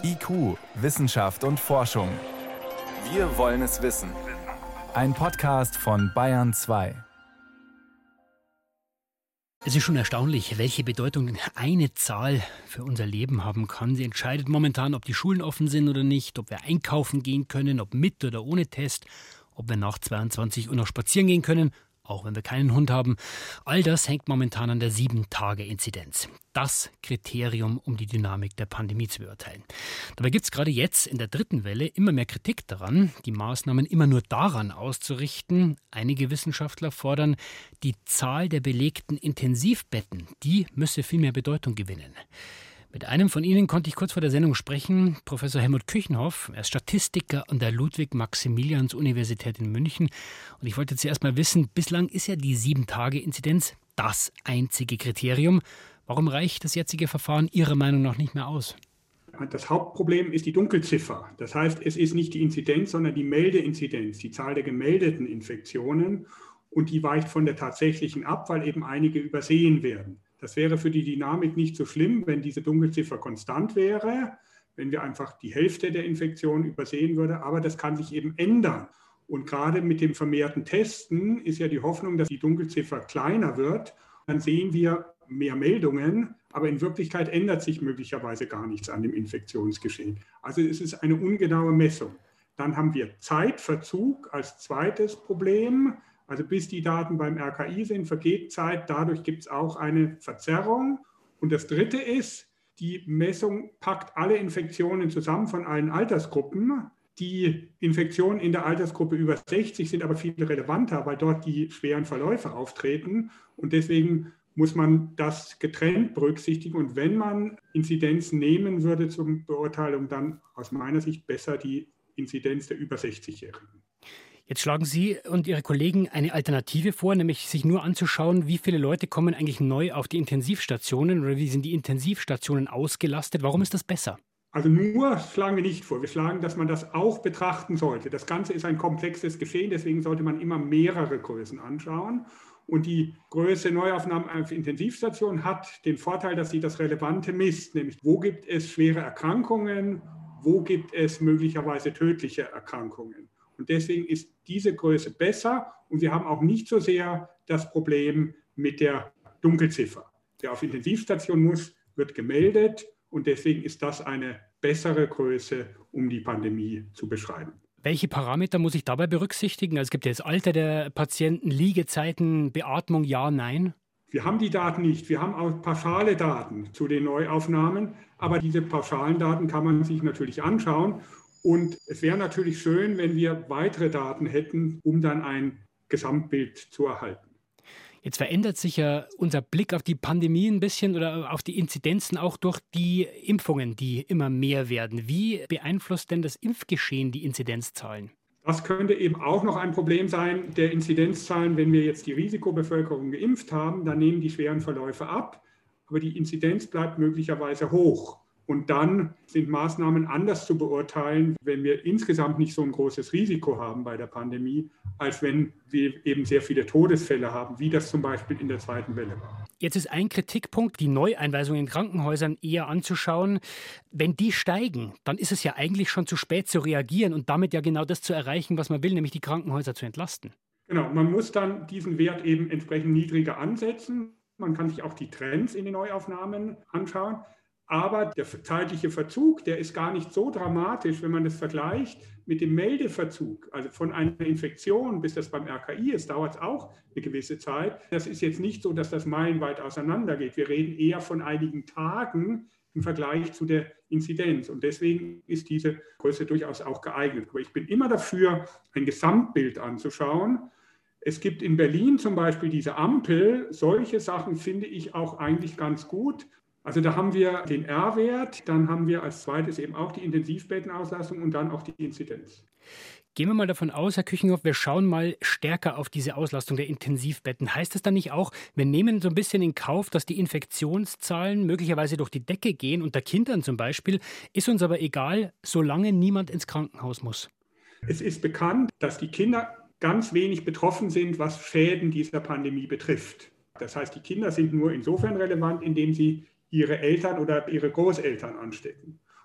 IQ, Wissenschaft und Forschung. Wir wollen es wissen. Ein Podcast von Bayern 2. Es ist schon erstaunlich, welche Bedeutung eine Zahl für unser Leben haben kann. Sie entscheidet momentan, ob die Schulen offen sind oder nicht, ob wir einkaufen gehen können, ob mit oder ohne Test, ob wir nach 22 Uhr noch spazieren gehen können, auch wenn wir keinen Hund haben. All das hängt momentan an der 7-Tage-Inzidenz. Das Kriterium, um die Dynamik der Pandemie zu beurteilen. Dabei gibt es gerade jetzt in der dritten Welle immer mehr Kritik daran, die Maßnahmen immer nur daran auszurichten. Einige Wissenschaftler fordern, die Zahl der belegten Intensivbetten, die müsse viel mehr Bedeutung gewinnen. Mit einem von Ihnen konnte ich kurz vor der Sendung sprechen, Professor Helmut Küchenhoff. Er ist Statistiker an der Ludwig-Maximilians-Universität in München. Und ich wollte zuerst mal wissen, bislang ist ja die 7-Tage-Inzidenz das einzige Kriterium. Warum reicht das jetzige Verfahren Ihrer Meinung nach nicht mehr aus? Das Hauptproblem ist die Dunkelziffer. Das heißt, es ist nicht die Inzidenz, sondern die Meldeinzidenz, die Zahl der gemeldeten Infektionen. Und die weicht von der tatsächlichen ab, weil eben einige übersehen werden. Das wäre für die Dynamik nicht so schlimm, wenn diese Dunkelziffer konstant wäre, wenn wir einfach die Hälfte der Infektionen übersehen würden. Aber das kann sich eben ändern. Und gerade mit dem vermehrten Testen ist ja die Hoffnung, dass die Dunkelziffer kleiner wird. Dann sehen wir mehr Meldungen, aber in Wirklichkeit ändert sich möglicherweise gar nichts an dem Infektionsgeschehen. Also es ist eine ungenaue Messung. Dann haben wir Zeitverzug als zweites Problem. Also bis die Daten beim RKI sind, vergeht Zeit. Dadurch gibt es auch eine Verzerrung. Und das Dritte ist, die Messung packt alle Infektionen zusammen von allen Altersgruppen. Die Infektionen in der Altersgruppe über 60 sind aber viel relevanter, weil dort die schweren Verläufe auftreten. Und deswegen muss man das getrennt berücksichtigen. Und wenn man Inzidenzen nehmen würde zur Beurteilung, dann aus meiner Sicht besser die Inzidenz der über 60-Jährigen. Jetzt schlagen Sie und Ihre Kollegen eine Alternative vor, nämlich sich nur anzuschauen, wie viele Leute kommen eigentlich neu auf die Intensivstationen oder wie sind die Intensivstationen ausgelastet. Warum ist das besser? Also nur schlagen wir nicht vor. Wir schlagen, dass man das auch betrachten sollte. Das Ganze ist ein komplexes Geschehen, deswegen sollte man immer mehrere Größen anschauen. Und die Größe Neuaufnahmen auf Intensivstationen hat den Vorteil, dass sie das Relevante misst, nämlich wo gibt es schwere Erkrankungen, wo gibt es möglicherweise tödliche Erkrankungen. Und deswegen ist diese Größe besser und wir haben auch nicht so sehr das Problem mit der Dunkelziffer. Wer auf Intensivstation muss, wird gemeldet und deswegen ist das eine bessere Größe, um die Pandemie zu beschreiben. Welche Parameter muss ich dabei berücksichtigen? Also es gibt ja das Alter der Patienten, Liegezeiten, Beatmung, ja, nein? Wir haben die Daten nicht. Wir haben auch pauschale Daten zu den Neuaufnahmen, aber diese pauschalen Daten kann man sich natürlich anschauen. Und es wäre natürlich schön, wenn wir weitere Daten hätten, um dann ein Gesamtbild zu erhalten. Jetzt verändert sich ja unser Blick auf die Pandemie ein bisschen oder auf die Inzidenzen auch durch die Impfungen, die immer mehr werden. Wie beeinflusst denn das Impfgeschehen die Inzidenzzahlen? Das könnte eben auch noch ein Problem sein der Inzidenzzahlen. Wenn wir jetzt die Risikobevölkerung geimpft haben, dann nehmen die schweren Verläufe ab, aber die Inzidenz bleibt möglicherweise hoch. Und dann sind Maßnahmen anders zu beurteilen, wenn wir insgesamt nicht so ein großes Risiko haben bei der Pandemie, als wenn wir eben sehr viele Todesfälle haben, wie das zum Beispiel in der zweiten Welle war. Jetzt ist ein Kritikpunkt, die Neueinweisungen in Krankenhäusern eher anzuschauen. Wenn die steigen, dann ist es ja eigentlich schon zu spät zu reagieren und damit ja genau das zu erreichen, was man will, nämlich die Krankenhäuser zu entlasten. Genau, man muss dann diesen Wert eben entsprechend niedriger ansetzen. Man kann sich auch die Trends in den Neuaufnahmen anschauen. Aber der zeitliche Verzug, der ist gar nicht so dramatisch, wenn man das vergleicht mit dem Meldeverzug. Also von einer Infektion bis das beim RKI ist, dauert es auch eine gewisse Zeit. Das ist jetzt nicht so, dass das meilenweit auseinandergeht. Wir reden eher von einigen Tagen im Vergleich zu der Inzidenz. Und deswegen ist diese Größe durchaus auch geeignet. Aber ich bin immer dafür, ein Gesamtbild anzuschauen. Es gibt in Berlin zum Beispiel diese Ampel. Solche Sachen finde ich auch eigentlich ganz gut. Also da haben wir den R-Wert, dann haben wir als zweites eben auch die Intensivbettenauslastung und dann auch die Inzidenz. Gehen wir mal davon aus, Herr Küchenhoff, wir schauen mal stärker auf diese Auslastung der Intensivbetten. Heißt das dann nicht auch, wir nehmen so ein bisschen in Kauf, dass die Infektionszahlen möglicherweise durch die Decke gehen, unter Kindern zum Beispiel, ist uns aber egal, solange niemand ins Krankenhaus muss? Es ist bekannt, dass die Kinder ganz wenig betroffen sind, was Schäden dieser Pandemie betrifft. Das heißt, die Kinder sind nur insofern relevant, indem sie ihre Eltern oder ihre Großeltern anstecken.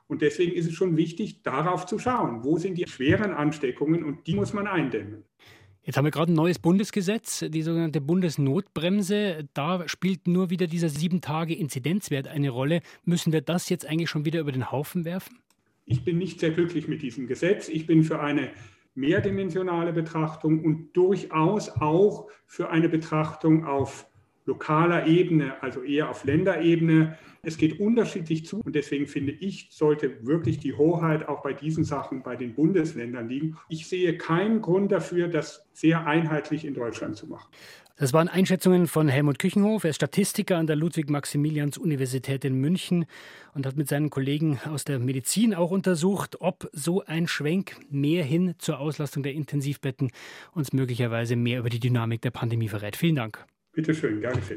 Und deswegen ist es schon wichtig, darauf zu schauen, wo sind die schweren Ansteckungen und die muss man eindämmen. Jetzt haben wir gerade ein neues Bundesgesetz, die sogenannte Bundesnotbremse. Da spielt nur wieder dieser 7-Tage-Inzidenzwert eine Rolle. Müssen wir das jetzt eigentlich schon wieder über den Haufen werfen? Ich bin nicht sehr glücklich mit diesem Gesetz. Ich bin für eine mehrdimensionale Betrachtung und durchaus auch für eine Betrachtung auf lokaler Ebene, also eher auf Länderebene. Es geht unterschiedlich zu und deswegen finde ich, sollte wirklich die Hoheit auch bei diesen Sachen bei den Bundesländern liegen. Ich sehe keinen Grund dafür, das sehr einheitlich in Deutschland zu machen. Das waren Einschätzungen von Helmut Küchenhof. Er ist Statistiker an der Ludwig-Maximilians-Universität in München und hat mit seinen Kollegen aus der Medizin auch untersucht, ob so ein Schwenk mehr hin zur Auslastung der Intensivbetten uns möglicherweise mehr über die Dynamik der Pandemie verrät. Vielen Dank. Bitte schön, gerne.